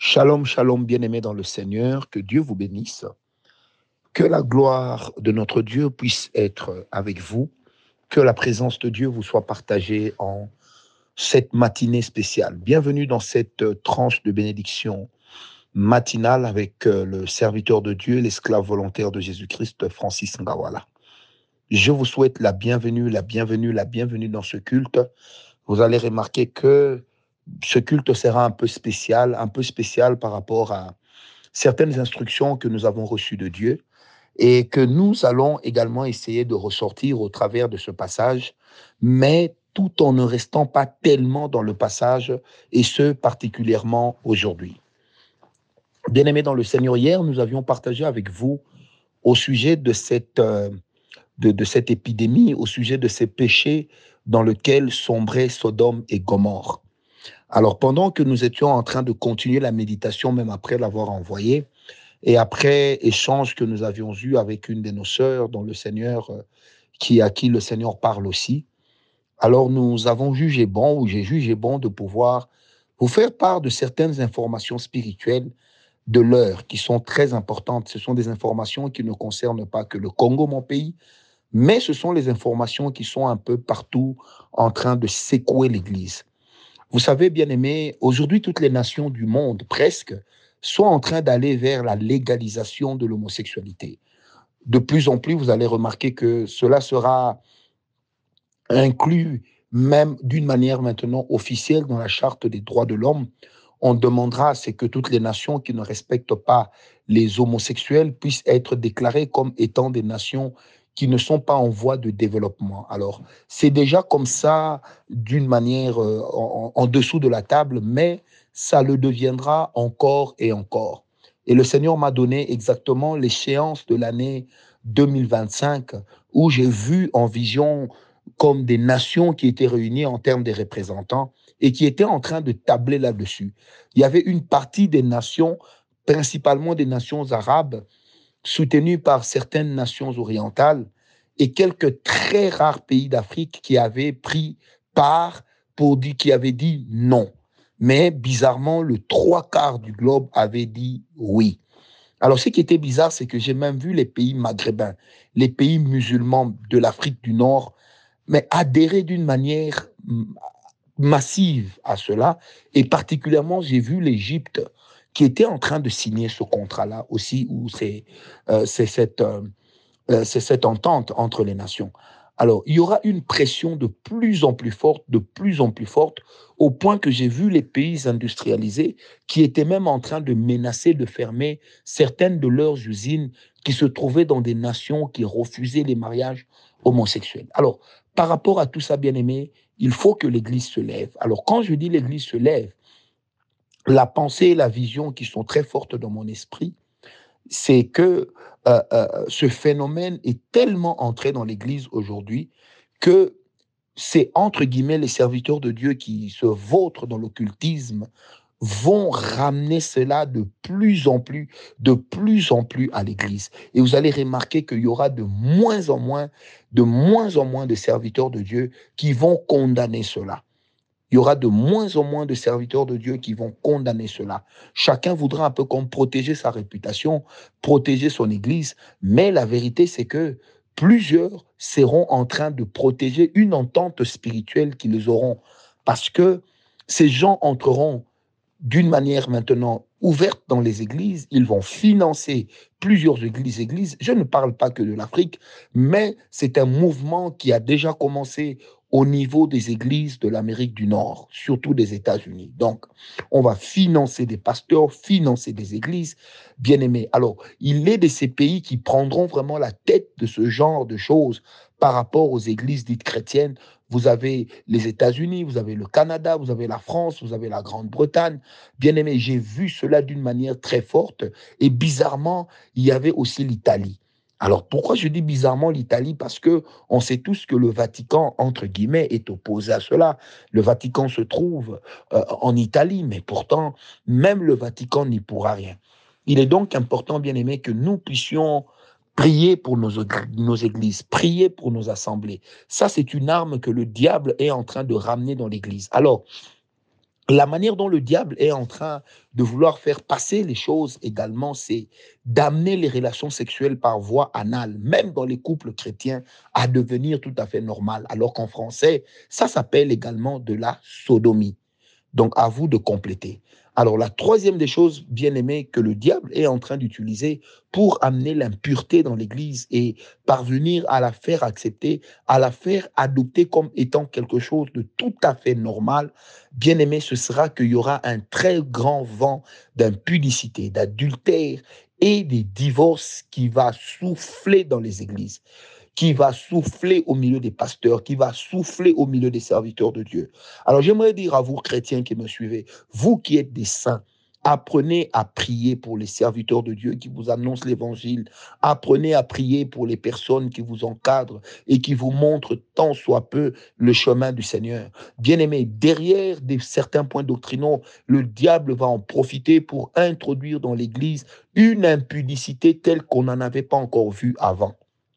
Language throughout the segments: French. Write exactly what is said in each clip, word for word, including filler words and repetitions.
Shalom, shalom, bien-aimés dans le Seigneur, que Dieu vous bénisse, que la gloire de notre Dieu puisse être avec vous, que la présence de Dieu vous soit partagée en cette matinée spéciale. Bienvenue dans cette euh, tranche de bénédiction matinale avec euh, le serviteur de Dieu, l'esclave volontaire de Jésus-Christ, Francis Ngawala. Je vous souhaite la bienvenue, la bienvenue, la bienvenue dans ce culte. Vous allez remarquer que ce culte sera un peu spécial, un peu spécial par rapport à certaines instructions que nous avons reçues de Dieu et que nous allons également essayer de ressortir au travers de ce passage, mais tout en ne restant pas tellement dans le passage, et ce, particulièrement aujourd'hui. Bien-aimés dans le Seigneur, hier, nous avions partagé avec vous au sujet de cette, euh, de, de cette épidémie, au sujet de ces péchés dans lesquels sombraient Sodome et Gomorrhe. Alors, pendant que nous étions en train de continuer la méditation, même après l'avoir envoyée, et après échange que nous avions eu avec une de nos sœurs dans le Seigneur, euh, qui, à qui le Seigneur parle aussi, alors nous avons jugé bon, ou j'ai jugé bon de pouvoir vous faire part de certaines informations spirituelles de l'heure qui sont très importantes. Ce sont des informations qui ne concernent pas que le Congo, mon pays, mais ce sont les informations qui sont un peu partout en train de secouer l'Église. Vous savez, bien-aimés, aujourd'hui, toutes les nations du monde, presque, sont en train d'aller vers la légalisation de l'homosexualité. De plus en plus, vous allez remarquer que cela sera inclus même d'une manière maintenant officielle dans la Charte des droits de l'homme. On demandera à ce que toutes les nations qui ne respectent pas les homosexuels puissent être déclarées comme étant des nations qui ne sont pas en voie de développement. Alors, c'est déjà comme ça d'une manière euh, en, en dessous de la table, mais ça le deviendra encore et encore. Et le Seigneur m'a donné exactement l'échéance de l'année deux mille vingt-cinq où j'ai vu en vision comme des nations qui étaient réunies en termes de représentants et qui étaient en train de tabler là-dessus. Il y avait une partie des nations, principalement des nations arabes, soutenues par certaines nations orientales et quelques très rares pays d'Afrique qui avaient pris part pour dire, qui avaient dit non. Mais bizarrement, le trois quarts du globe avait dit oui. Alors, ce qui était bizarre, c'est que j'ai même vu les pays maghrébins, les pays musulmans de l'Afrique du Nord, mais adhérer d'une manière massive à cela. Et particulièrement, j'ai vu l'Égypte qui était en train de signer ce contrat-là aussi, où c'est euh, c'est cette, euh, c'est cette entente entre les nations. Alors, il y aura une pression de plus en plus forte, de plus en plus forte, au point que j'ai vu les pays industrialisés qui étaient même en train de menacer de fermer certaines de leurs usines qui se trouvaient dans des nations qui refusaient les mariages homosexuels. Alors, par rapport à tout ça, bien aimé, il faut que l'Église se lève. Alors, quand je dis l'Église se lève, la pensée et la vision qui sont très fortes dans mon esprit, c'est que euh, euh, ce phénomène est tellement entré dans l'Église aujourd'hui que c'est entre guillemets les serviteurs de Dieu qui se vautrent dans l'occultisme vont ramener cela de plus en plus, de plus en plus à l'Église. Et vous allez remarquer qu'il y aura de moins en moins, de moins en moins de serviteurs de Dieu qui vont condamner cela. Il y aura de moins en moins de serviteurs de Dieu qui vont condamner cela. Chacun voudra un peu comme protéger sa réputation, protéger son Église, mais la vérité, c'est que plusieurs seront en train de protéger une entente spirituelle qu'ils auront, parce que ces gens entreront d'une manière maintenant ouverte dans les églises, ils vont financer plusieurs églises, églises. Je ne parle pas que de l'Afrique, mais c'est un mouvement qui a déjà commencé au niveau des églises de l'Amérique du Nord, surtout des États-Unis. Donc, on va financer des pasteurs, financer des églises, bien aimés. Alors, il est de ces pays qui prendront vraiment la tête de ce genre de choses par rapport aux églises dites chrétiennes. Vous avez les États-Unis, vous avez le Canada, vous avez la France, vous avez la Grande-Bretagne. Bien aimé, j'ai vu cela d'une manière très forte. Et bizarrement, il y avait aussi l'Italie. Alors pourquoi je dis bizarrement l'Italie? Parce que on sait tous que le Vatican, entre guillemets, est opposé à cela. Le Vatican se trouve euh, en Italie, mais pourtant, même le Vatican n'y pourra rien. Il est donc important, bien aimé, que nous puissions prier pour nos, nos églises, prier pour nos assemblées. Ça, c'est une arme que le diable est en train de ramener dans l'église. Alors, La manière dont le diable est en train de vouloir faire passer les choses également, c'est d'amener les relations sexuelles par voie anale, même dans les couples chrétiens, à devenir tout à fait normal. Alors qu'en français, ça s'appelle également de la sodomie. Donc, à vous de compléter. Alors, la troisième des choses, bien aimées, que le diable est en train d'utiliser pour amener l'impureté dans l'Église et parvenir à la faire accepter, à la faire adopter comme étant quelque chose de tout à fait normal, bien aimé, ce sera qu'il y aura un très grand vent d'impudicité, d'adultère et des divorces qui va souffler dans les églises, qui va souffler au milieu des pasteurs, qui va souffler au milieu des serviteurs de Dieu. Alors j'aimerais dire à vous, chrétiens qui me suivez, vous qui êtes des saints, apprenez à prier pour les serviteurs de Dieu qui vous annoncent l'évangile. Apprenez à prier pour les personnes qui vous encadrent et qui vous montrent tant soit peu le chemin du Seigneur. Bien-aimés, derrière des, certains points doctrinaux, le diable va en profiter pour introduire dans l'Église une impudicité telle qu'on n'en avait pas encore vue avant,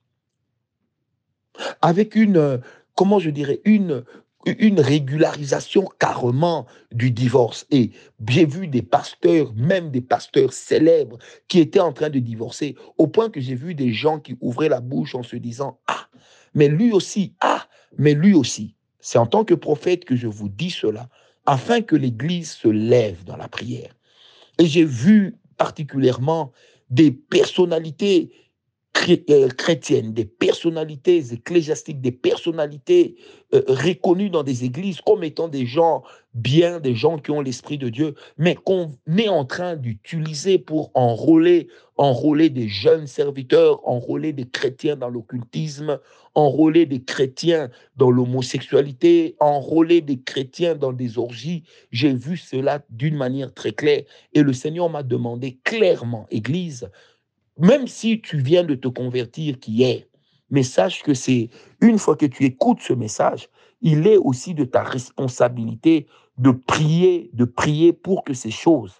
avec une, euh, comment je dirais, une, une régularisation carrément du divorce. Et j'ai vu des pasteurs, même des pasteurs célèbres, qui étaient en train de divorcer, au point que j'ai vu des gens qui ouvraient la bouche en se disant, ah, mais lui aussi, ah, mais lui aussi. C'est en tant que prophète que je vous dis cela, afin que l'Église se lève dans la prière. Et j'ai vu particulièrement des personnalités chrétiennes, des personnalités ecclésiastiques, des personnalités euh, reconnues dans des églises comme étant des gens bien, des gens qui ont l'Esprit de Dieu, mais qu'on est en train d'utiliser pour enrôler, enrôler des jeunes serviteurs, enrôler des chrétiens dans l'occultisme, enrôler des chrétiens dans l'homosexualité, enrôler des chrétiens dans des orgies. J'ai vu cela d'une manière très claire et le Seigneur m'a demandé clairement, Église, même si tu viens de te convertir qu'hier, mais sache que c'est une fois que tu écoutes ce message, il est aussi de ta responsabilité de prier, de prier pour que ces choses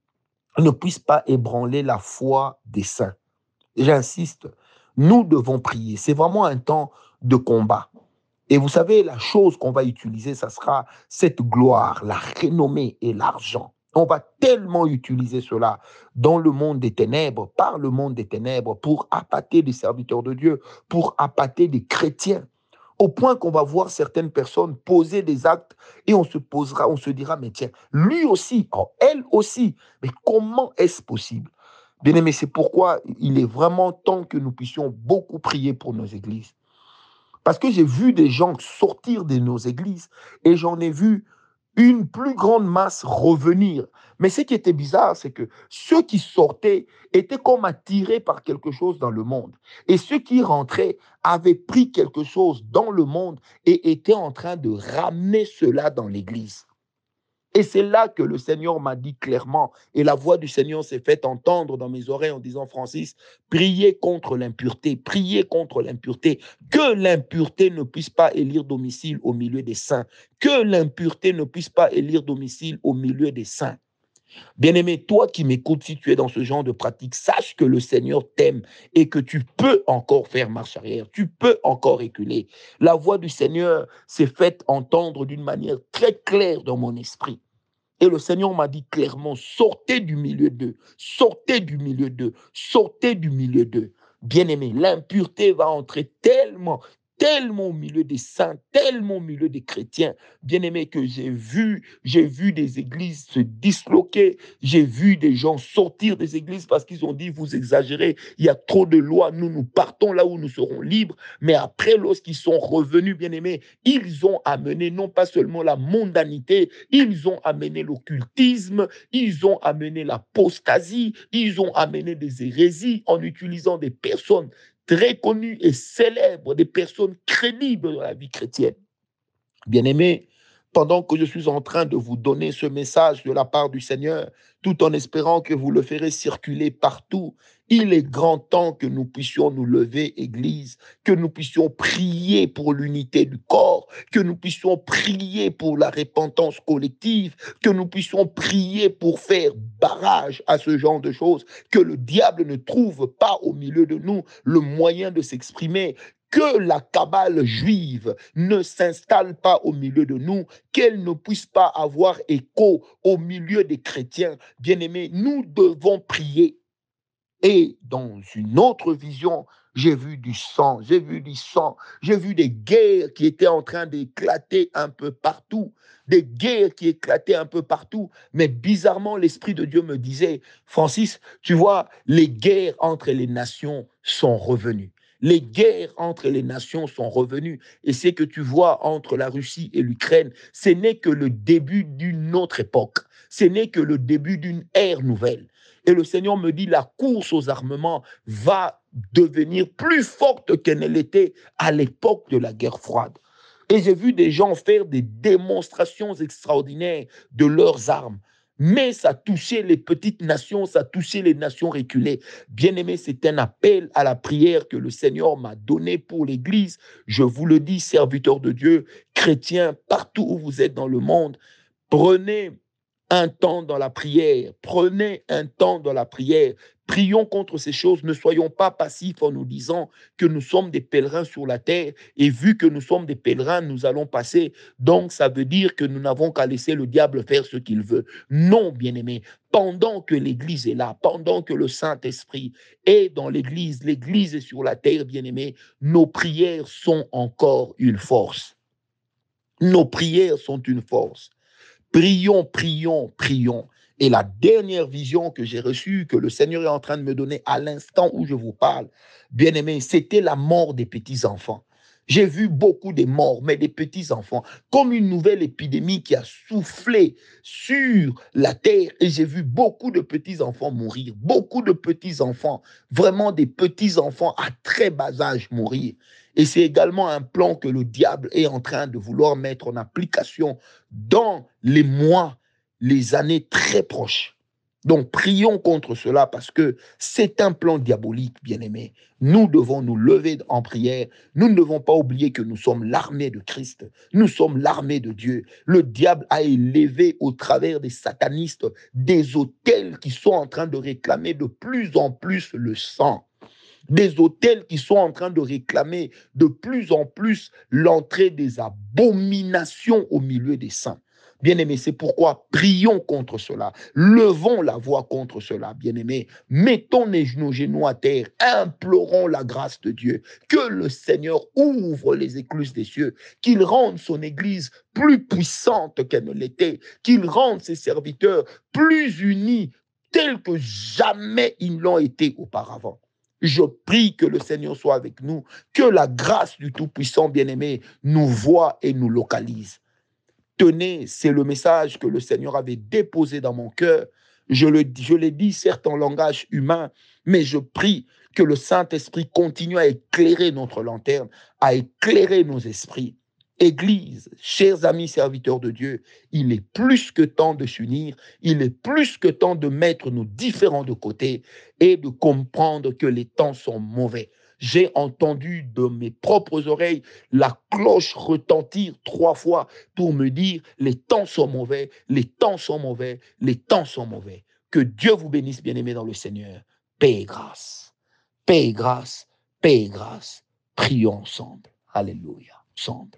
ne puissent pas ébranler la foi des saints. J'insiste, nous devons prier. C'est vraiment un temps de combat. Et vous savez, la chose qu'on va utiliser, ça sera cette gloire, la renommée et l'argent. On va tellement utiliser cela dans le monde des ténèbres, par le monde des ténèbres, pour appâter des serviteurs de Dieu, pour appâter des chrétiens, au point qu'on va voir certaines personnes poser des actes et on se posera, on se dira, mais tiens, lui aussi, oh, elle aussi, mais comment est-ce possible? Bien aimé, c'est pourquoi il est vraiment temps que nous puissions beaucoup prier pour nos églises. Parce que j'ai vu des gens sortir de nos églises et j'en ai vu une plus grande masse revenir. Mais ce qui était bizarre, c'est que ceux qui sortaient étaient comme attirés par quelque chose dans le monde. Et ceux qui rentraient avaient pris quelque chose dans le monde et étaient en train de ramener cela dans l'église. Et c'est là que le Seigneur m'a dit clairement, et la voix du Seigneur s'est fait entendre dans mes oreilles en disant, Francis, priez contre l'impureté, priez contre l'impureté, que l'impureté ne puisse pas élire domicile au milieu des saints, que l'impureté ne puisse pas élire domicile au milieu des saints. Bien-aimé, toi qui m'écoutes, si tu es dans ce genre de pratique, sache que le Seigneur t'aime et que tu peux encore faire marche arrière, tu peux encore reculer. La voix du Seigneur s'est faite entendre d'une manière très claire dans mon esprit. Et le Seigneur m'a dit clairement, sortez du milieu d'eux, sortez du milieu d'eux, sortez du milieu d'eux. Bien-aimé, l'impureté va entrer tellement, tellement au milieu des saints, tellement au milieu des chrétiens. Bien-aimé, que j'ai vu, j'ai vu des églises se disloquer, j'ai vu des gens sortir des églises parce qu'ils ont dit, vous exagérez, il y a trop de lois, nous, nous partons là où nous serons libres. Mais après, lorsqu'ils sont revenus, bien-aimés, ils ont amené non pas seulement la mondanité, ils ont amené l'occultisme, ils ont amené l'apostasie, ils ont amené des hérésies en utilisant des personnes très connues et célèbres, des personnes crédibles dans la vie chrétienne. Bien-aimés, pendant que je suis en train de vous donner ce message de la part du Seigneur, tout en espérant que vous le ferez circuler partout, il est grand temps que nous puissions nous lever, Église, que nous puissions prier pour l'unité du corps, que nous puissions prier pour la repentance collective, que nous puissions prier pour faire barrage à ce genre de choses, que le diable ne trouve pas au milieu de nous le moyen de s'exprimer, que la cabale juive ne s'installe pas au milieu de nous, qu'elle ne puisse pas avoir écho au milieu des chrétiens. Bien-aimés, nous devons prier. Et dans une autre vision, j'ai vu du sang, j'ai vu du sang, j'ai vu des guerres qui étaient en train d'éclater un peu partout, des guerres qui éclataient un peu partout. Mais bizarrement, l'Esprit de Dieu me disait, Francis, tu vois, les guerres entre les nations sont revenues. Les guerres entre les nations sont revenues. Et ce que tu vois entre la Russie et l'Ukraine, ce n'est que le début d'une autre époque. Ce n'est que le début d'une ère nouvelle. Et le Seigneur me dit, la course aux armements va devenir plus forte qu'elle ne l'était à l'époque de la guerre froide. Et j'ai vu des gens faire des démonstrations extraordinaires de leurs armes. Mais ça touchait les petites nations, ça touchait les nations reculées. Bien-aimé, c'est un appel à la prière que le Seigneur m'a donné pour l'Église. Je vous le dis, serviteurs de Dieu, chrétiens, partout où vous êtes dans le monde, prenez un temps dans la prière. Prenez un temps dans la prière. Prions contre ces choses. Ne soyons pas passifs en nous disant que nous sommes des pèlerins sur la terre et vu que nous sommes des pèlerins, nous allons passer. Donc, ça veut dire que nous n'avons qu'à laisser le diable faire ce qu'il veut. Non, bien-aimés. Pendant que l'Église est là, pendant que le Saint-Esprit est dans l'Église, l'Église est sur la terre, bien-aimés, nos prières sont encore une force. Nos prières sont une force. Prions, prions, prions. Et la dernière vision que j'ai reçue, que le Seigneur est en train de me donner à l'instant où je vous parle, bien aimé, c'était la mort des petits-enfants. J'ai vu beaucoup de morts, mais des petits-enfants, comme une nouvelle épidémie qui a soufflé sur la terre. Et j'ai vu beaucoup de petits-enfants mourir, beaucoup de petits-enfants, vraiment des petits-enfants à très bas âge mourir. Et c'est également un plan que le diable est en train de vouloir mettre en application dans les mois, les années très proches. Donc, prions contre cela parce que c'est un plan diabolique, bien-aimés. Nous devons nous lever en prière. Nous ne devons pas oublier que nous sommes l'armée de Christ. Nous sommes l'armée de Dieu. Le diable a élevé au travers des satanistes des autels qui sont en train de réclamer de plus en plus le sang. Des autels qui sont en train de réclamer de plus en plus l'entrée des abominations au milieu des saints. Bien-aimés, c'est pourquoi prions contre cela. Levons la voix contre cela, bien-aimés. Mettons nos genoux à terre, implorons la grâce de Dieu. Que le Seigneur ouvre les écluses des cieux, qu'il rende son Église plus puissante qu'elle ne l'était, qu'il rende ses serviteurs plus unis tels que jamais ils l'ont été auparavant. Je prie que le Seigneur soit avec nous, que la grâce du Tout-Puissant bien-aimé nous voie et nous localise. Tenez, c'est le message que le Seigneur avait déposé dans mon cœur. Je le, je l'ai dit certes en langage humain, mais je prie que le Saint-Esprit continue à éclairer notre lanterne, à éclairer nos esprits. Église, chers amis serviteurs de Dieu, il est plus que temps de s'unir, il est plus que temps de mettre nos différends de côté et de comprendre que les temps sont mauvais. J'ai entendu de mes propres oreilles la cloche retentir trois fois pour me dire les temps sont mauvais, les temps sont mauvais, les temps sont mauvais. Que Dieu vous bénisse, bien-aimés dans le Seigneur. Paix et grâce, paix et grâce, paix et grâce. Prions ensemble. Alléluia. Ensemble.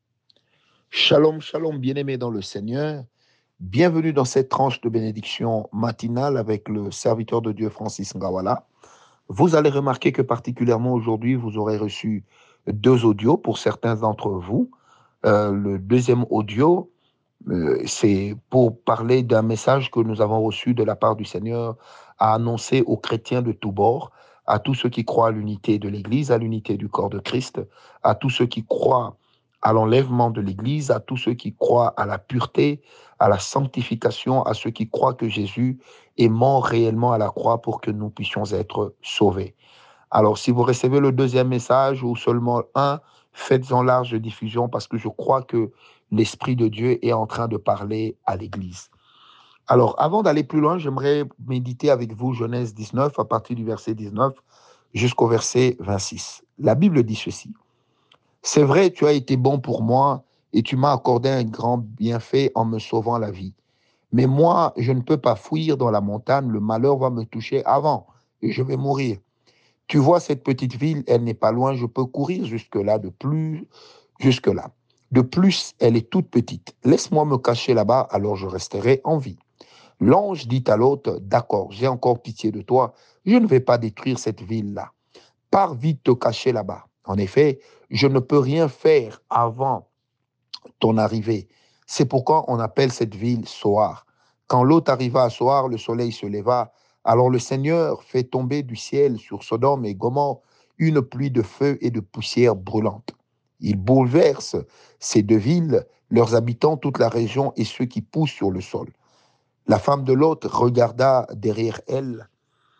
Shalom, shalom, bien-aimés dans le Seigneur. Bienvenue dans cette tranche de bénédiction matinale avec le serviteur de Dieu Francis Ngawala. Vous allez remarquer que particulièrement aujourd'hui, vous aurez reçu deux audios pour certains d'entre vous. Euh, le deuxième audio, euh, c'est pour parler d'un message que nous avons reçu de la part du Seigneur à annoncer aux chrétiens de tous bords, à tous ceux qui croient à l'unité de l'Église, à l'unité du corps de Christ, à tous ceux qui croient à l'enlèvement de l'Église, à tous ceux qui croient à la pureté, à la sanctification, à ceux qui croient que Jésus est mort réellement à la croix pour que nous puissions être sauvés. Alors, si vous recevez le deuxième message ou seulement un, faites-en large diffusion parce que je crois que l'Esprit de Dieu est en train de parler à l'Église. Alors, avant d'aller plus loin, j'aimerais méditer avec vous Genèse dix-neuf à partir du verset dix-neuf jusqu'au verset vingt-six. La Bible dit ceci. C'est vrai, tu as été bon pour moi et tu m'as accordé un grand bienfait en me sauvant la vie. Mais moi, je ne peux pas fuir dans la montagne, le malheur va me toucher avant et je vais mourir. Tu vois, cette petite ville, elle n'est pas loin, je peux courir jusque-là, de plus, jusque-là. De plus, elle est toute petite. Laisse-moi me cacher là-bas, alors je resterai en vie. L'ange dit à l'hôte, d'accord, j'ai encore pitié de toi, je ne vais pas détruire cette ville-là. Pars vite te cacher là-bas. En effet, je ne peux rien faire avant ton arrivée. C'est pourquoi on appelle cette ville Soar. Quand l'hôte arriva à Soar, le soleil se leva. Alors le Seigneur fait tomber du ciel sur Sodome et Gomorrhe une pluie de feu et de poussière brûlante. Il bouleverse ces deux villes, leurs habitants, toute la région et ceux qui poussent sur le sol. La femme de l'hôte regarda derrière elle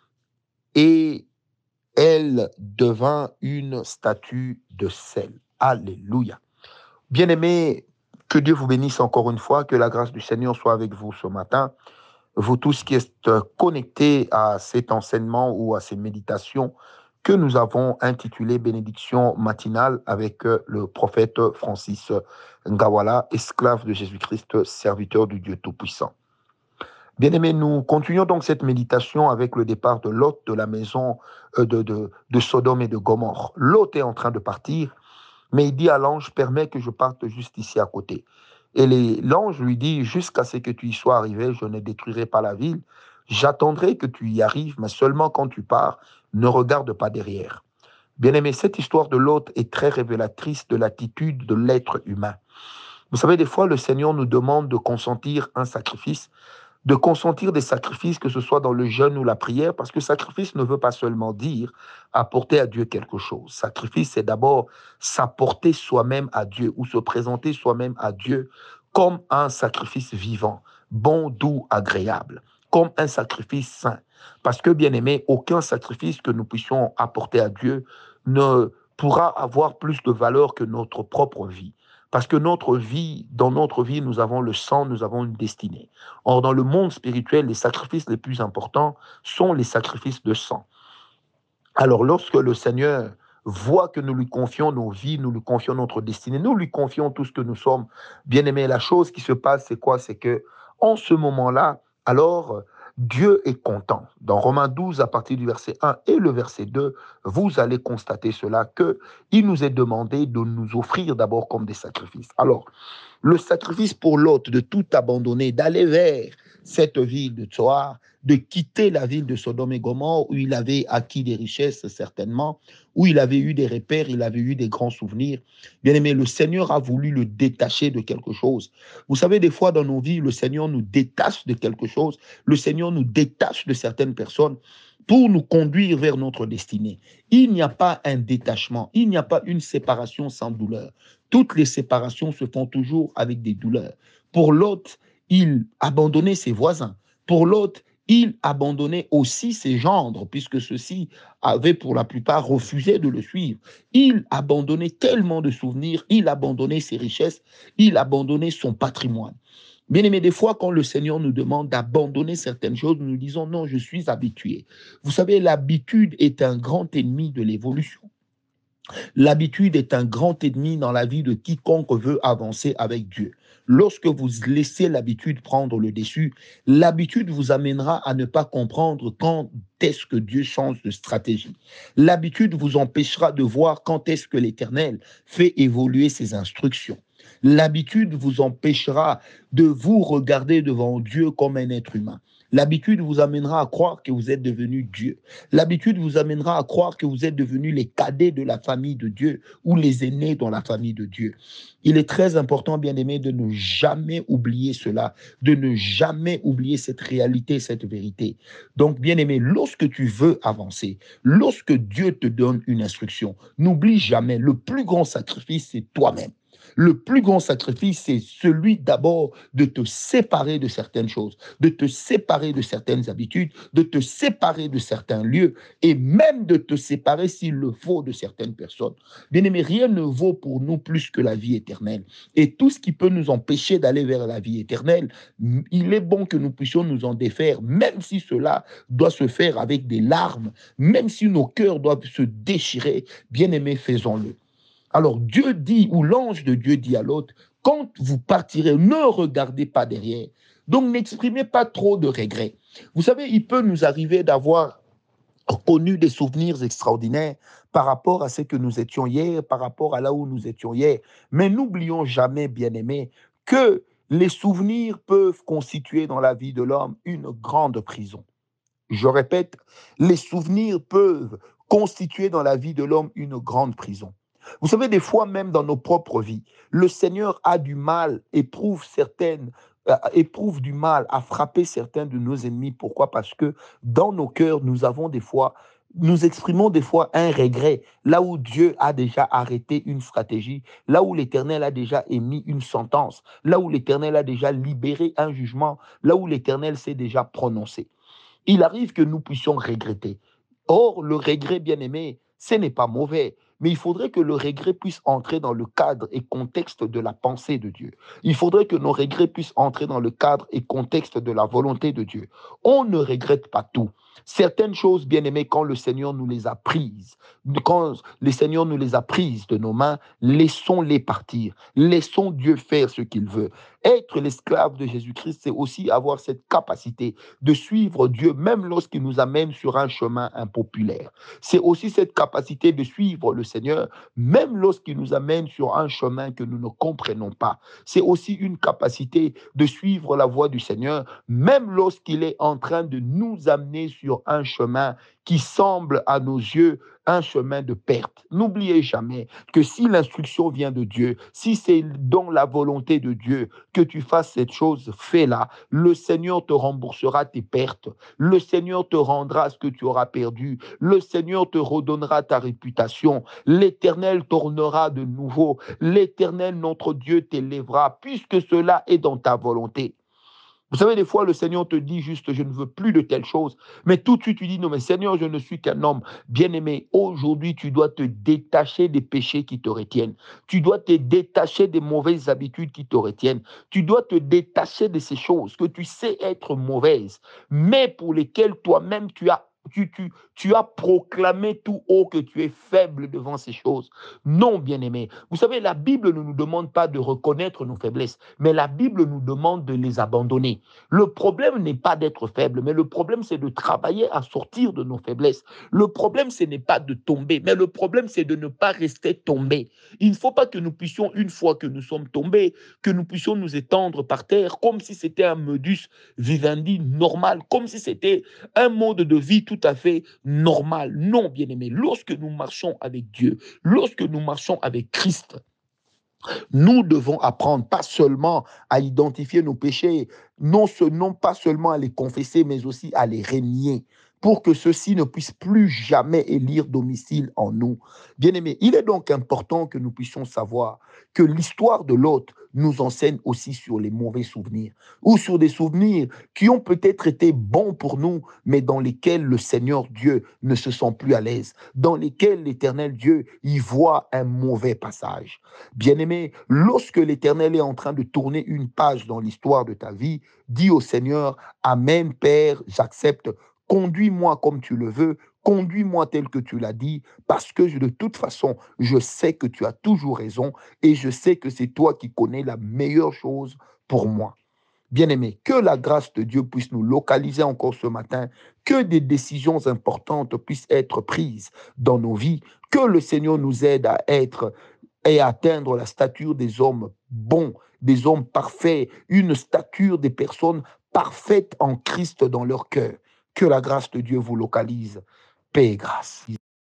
et elle devint une statue de sel. Alléluia. Bien-aimés, que Dieu vous bénisse encore une fois, que la grâce du Seigneur soit avec vous ce matin. Vous tous qui êtes connectés à cet enseignement ou à ces méditations que nous avons intitulées Bénédiction matinale avec le prophète Francis Ngawala, esclave de Jésus-Christ, serviteur du Dieu Tout-Puissant. Bien-aimés, nous continuons donc cette méditation avec le départ de Lot de la maison de, de, de Sodome et de Gomorrhe. Lot est en train de partir, mais il dit à l'ange, permets que je parte juste ici à côté. Et les, l'ange lui dit, jusqu'à ce que tu y sois arrivé, je ne détruirai pas la ville. J'attendrai que tu y arrives, mais seulement quand tu pars, ne regarde pas derrière. Bien-aimé, cette histoire de Lot est très révélatrice de l'attitude de l'être humain. Vous savez, des fois, le Seigneur nous demande de consentir un sacrifice, de consentir des sacrifices, que ce soit dans le jeûne ou la prière, parce que sacrifice ne veut pas seulement dire apporter à Dieu quelque chose. Sacrifice, c'est d'abord s'apporter soi-même à Dieu ou se présenter soi-même à Dieu comme un sacrifice vivant, bon, doux, agréable, comme un sacrifice saint. Parce que, bien aimé, aucun sacrifice que nous puissions apporter à Dieu ne pourra avoir plus de valeur que notre propre vie. Parce que notre vie, dans notre vie, nous avons le sang, nous avons une destinée. Or, dans le monde spirituel, les sacrifices les plus importants sont les sacrifices de sang. Alors, lorsque le Seigneur voit que nous lui confions nos vies, nous lui confions notre destinée, nous lui confions tout ce que nous sommes, bien aimés, la chose qui se passe, c'est quoi? C'est que, en ce moment-là, alors, Dieu est content. Dans Romains douze, à partir du verset un et le verset deux, vous allez constater cela, qu'il nous est demandé de nous offrir d'abord comme des sacrifices. Alors, le sacrifice pour l'hôte de tout abandonner, d'aller vers cette ville de Tsoar, de quitter la ville de Sodome et Gomorrhe, où il avait acquis des richesses certainement, où il avait eu des repères, il avait eu des grands souvenirs. Bien aimé, le Seigneur a voulu le détacher de quelque chose. Vous savez, des fois dans nos vies, le Seigneur nous détache de quelque chose, le Seigneur nous détache de certaines personnes pour nous conduire vers notre destinée. Il n'y a pas un détachement, il n'y a pas une séparation sans douleur. Toutes les séparations se font toujours avec des douleurs. Pour l'autre, il abandonnait ses voisins. Pour l'autre, il abandonnait aussi ses gendres, puisque ceux-ci avaient pour la plupart refusé de le suivre. Il abandonnait tellement de souvenirs, il abandonnait ses richesses, il abandonnait son patrimoine. Bien aimé, des fois, quand le Seigneur nous demande d'abandonner certaines choses, nous disons non, je suis habitué. Vous savez, l'habitude est un grand ennemi de l'évolution. L'habitude est un grand ennemi dans la vie de quiconque veut avancer avec Dieu. Lorsque vous laissez l'habitude prendre le dessus, l'habitude vous amènera à ne pas comprendre quand est-ce que Dieu change de stratégie. L'habitude vous empêchera de voir quand est-ce que l'Éternel fait évoluer ses instructions. L'habitude vous empêchera de vous regarder devant Dieu comme un être humain. L'habitude vous amènera à croire que vous êtes devenu Dieu. L'habitude vous amènera à croire que vous êtes devenus les cadets de la famille de Dieu ou les aînés dans la famille de Dieu. Il est très important, bien aimé, de ne jamais oublier cela, de ne jamais oublier cette réalité, cette vérité. Donc, bien aimé, lorsque tu veux avancer, lorsque Dieu te donne une instruction, n'oublie jamais, le plus grand sacrifice, c'est toi-même. Le plus grand sacrifice, c'est celui d'abord de te séparer de certaines choses, de te séparer de certaines habitudes, de te séparer de certains lieux et même de te séparer, s'il le faut, de certaines personnes. Bien-aimé, rien ne vaut pour nous plus que la vie éternelle. Et tout ce qui peut nous empêcher d'aller vers la vie éternelle, il est bon que nous puissions nous en défaire, même si cela doit se faire avec des larmes, même si nos cœurs doivent se déchirer. Bien-aimé, faisons-le. Alors Dieu dit, ou l'ange de Dieu dit à l'autre, quand vous partirez, ne regardez pas derrière. Donc n'exprimez pas trop de regrets. Vous savez, il peut nous arriver d'avoir connu des souvenirs extraordinaires par rapport à ce que nous étions hier, par rapport à là où nous étions hier. Mais n'oublions jamais, bien-aimés, que les souvenirs peuvent constituer dans la vie de l'homme une grande prison. Je répète, les souvenirs peuvent constituer dans la vie de l'homme une grande prison. Vous savez, des fois même dans nos propres vies, le Seigneur a du mal, éprouve certaines, euh, éprouve du mal à frapper certains de nos ennemis. Pourquoi? Parce que dans nos cœurs, nous avons des fois, nous exprimons des fois un regret, là où Dieu a déjà arrêté une stratégie, là où l'Éternel a déjà émis une sentence, là où l'Éternel a déjà libéré un jugement, là où l'Éternel s'est déjà prononcé. Il arrive que nous puissions regretter. Or, le regret, bien aimé, ce n'est pas mauvais, mais il faudrait que le regret puisse entrer dans le cadre et contexte de la pensée de Dieu. Il faudrait que nos regrets puissent entrer dans le cadre et contexte de la volonté de Dieu. On ne regrette pas tout. Certaines choses, bien aimées, quand le Seigneur nous les a prises, quand le Seigneur nous les a prises de nos mains, laissons-les partir. Laissons Dieu faire ce qu'il veut. Être l'esclave de Jésus-Christ, c'est aussi avoir cette capacité de suivre Dieu, même lorsqu'il nous amène sur un chemin impopulaire. C'est aussi cette capacité de suivre le Seigneur, même lorsqu'il nous amène sur un chemin que nous ne comprenons pas. C'est aussi une capacité de suivre la voie du Seigneur, même lorsqu'il est en train de nous amener sur un chemin qui semble à nos yeux un chemin de perte. N'oubliez jamais que si l'instruction vient de Dieu, si c'est dans la volonté de Dieu que tu fasses cette chose, fais-la. Le Seigneur te remboursera tes pertes. Le Seigneur te rendra ce que tu auras perdu. Le Seigneur te redonnera ta réputation. L'Éternel tournera de nouveau. L'Éternel, notre Dieu, t'élèvera, puisque cela est dans ta volonté. Vous savez, des fois, le Seigneur te dit juste, je ne veux plus de telle chose. Mais tout de suite, tu dis, non, mais Seigneur, je ne suis qu'un homme. Bien-aimé, aujourd'hui, tu dois te détacher des péchés qui te retiennent. Tu dois te détacher des mauvaises habitudes qui te retiennent. Tu dois te détacher de ces choses que tu sais être mauvaises, mais pour lesquelles toi-même tu as tu, tu, tu as proclamé tout haut que tu es faible devant ces choses. Non, bien-aimé. Vous savez, la Bible ne nous demande pas de reconnaître nos faiblesses, mais la Bible nous demande de les abandonner. Le problème n'est pas d'être faible, mais le problème, c'est de travailler à sortir de nos faiblesses. Le problème, ce n'est pas de tomber, mais le problème, c'est de ne pas rester tombé. Il ne faut pas que nous puissions, une fois que nous sommes tombés, que nous puissions nous étendre par terre comme si c'était un modus vivendi normal, comme si c'était un mode de vie tout à fait normal. Non, bien-aimé, lorsque nous marchons avec Dieu, lorsque nous marchons avec Christ, nous devons apprendre pas seulement à identifier nos péchés, non, ce, non pas seulement à les confesser, mais aussi à les régner, pour que ceux-ci ne puissent plus jamais élire domicile en nous. Bien-aimés, il est donc important que nous puissions savoir que l'histoire de l'autre nous enseigne aussi sur les mauvais souvenirs, ou sur des souvenirs qui ont peut-être été bons pour nous, mais dans lesquels le Seigneur Dieu ne se sent plus à l'aise, dans lesquels l'Éternel Dieu y voit un mauvais passage. Bien-aimé, lorsque l'Éternel est en train de tourner une page dans l'histoire de ta vie, dis au Seigneur, Amen, Père, j'accepte, conduis-moi comme tu le veux, conduis-moi tel que tu l'as dit, parce que je, de toute façon, je sais que tu as toujours raison et je sais que c'est toi qui connais la meilleure chose pour moi. Bien-aimé, que la grâce de Dieu puisse nous localiser encore ce matin, que des décisions importantes puissent être prises dans nos vies, que le Seigneur nous aide à être et à atteindre la stature des hommes bons, des hommes parfaits, une stature des personnes parfaites en Christ dans leur cœur. Que la grâce de Dieu vous localise. Paix et grâce.